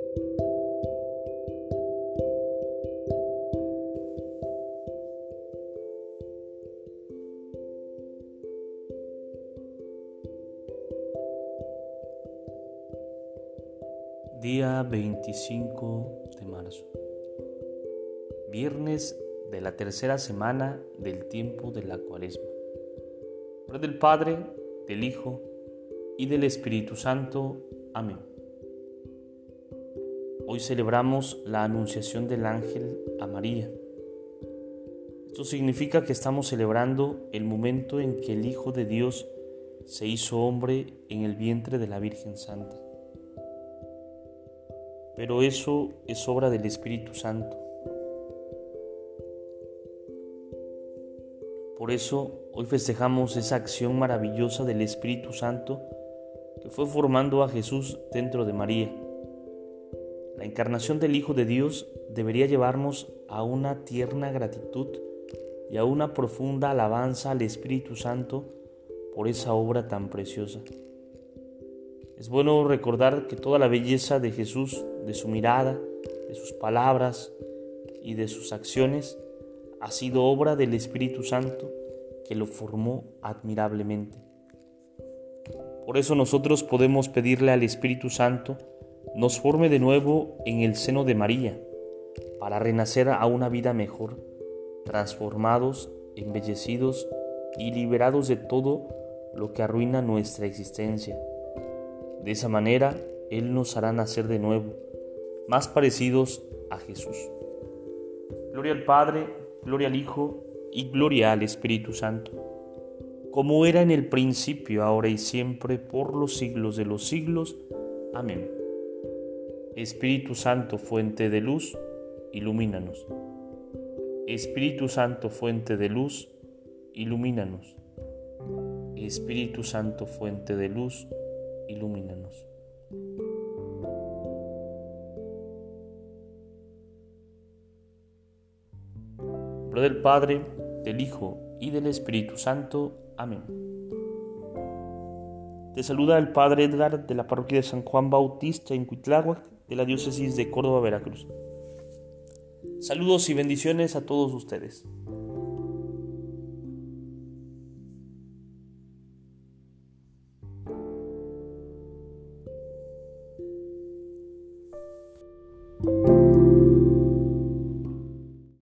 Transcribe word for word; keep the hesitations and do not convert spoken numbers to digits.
Día veinticinco de marzo, viernes de la tercera semana del tiempo de la Cuaresma. En nombre del Padre, del Hijo y del Espíritu Santo. Amén. Hoy celebramos la anunciación del ángel a María. Esto significa que estamos celebrando el momento en que el Hijo de Dios se hizo hombre en el vientre de la Virgen Santa. Pero eso es obra del Espíritu Santo. Por eso hoy festejamos esa acción maravillosa del Espíritu Santo que fue formando a Jesús dentro de María. La encarnación del Hijo de Dios debería llevarnos a una tierna gratitud y a una profunda alabanza al Espíritu Santo por esa obra tan preciosa. Es bueno recordar que toda la belleza de Jesús, de su mirada, de sus palabras y de sus acciones, ha sido obra del Espíritu Santo que lo formó admirablemente. Por eso nosotros podemos pedirle al Espíritu Santo nos forme de nuevo en el seno de María, para renacer a una vida mejor, transformados, embellecidos y liberados de todo lo que arruina nuestra existencia. De esa manera, Él nos hará nacer de nuevo, más parecidos a Jesús. Gloria al Padre, gloria al Hijo y gloria al Espíritu Santo, como era en el principio, ahora y siempre, por los siglos de los siglos. Amén. Espíritu Santo, fuente de luz, ilumínanos. Espíritu Santo, fuente de luz, ilumínanos. Espíritu Santo, fuente de luz, ilumínanos. En nombre del Padre, del Hijo y del Espíritu Santo. Amén. Te saluda el Padre Edgar de la parroquia de San Juan Bautista en Cuitláhuac, de la diócesis de Córdoba, Veracruz. Saludos y bendiciones a todos ustedes.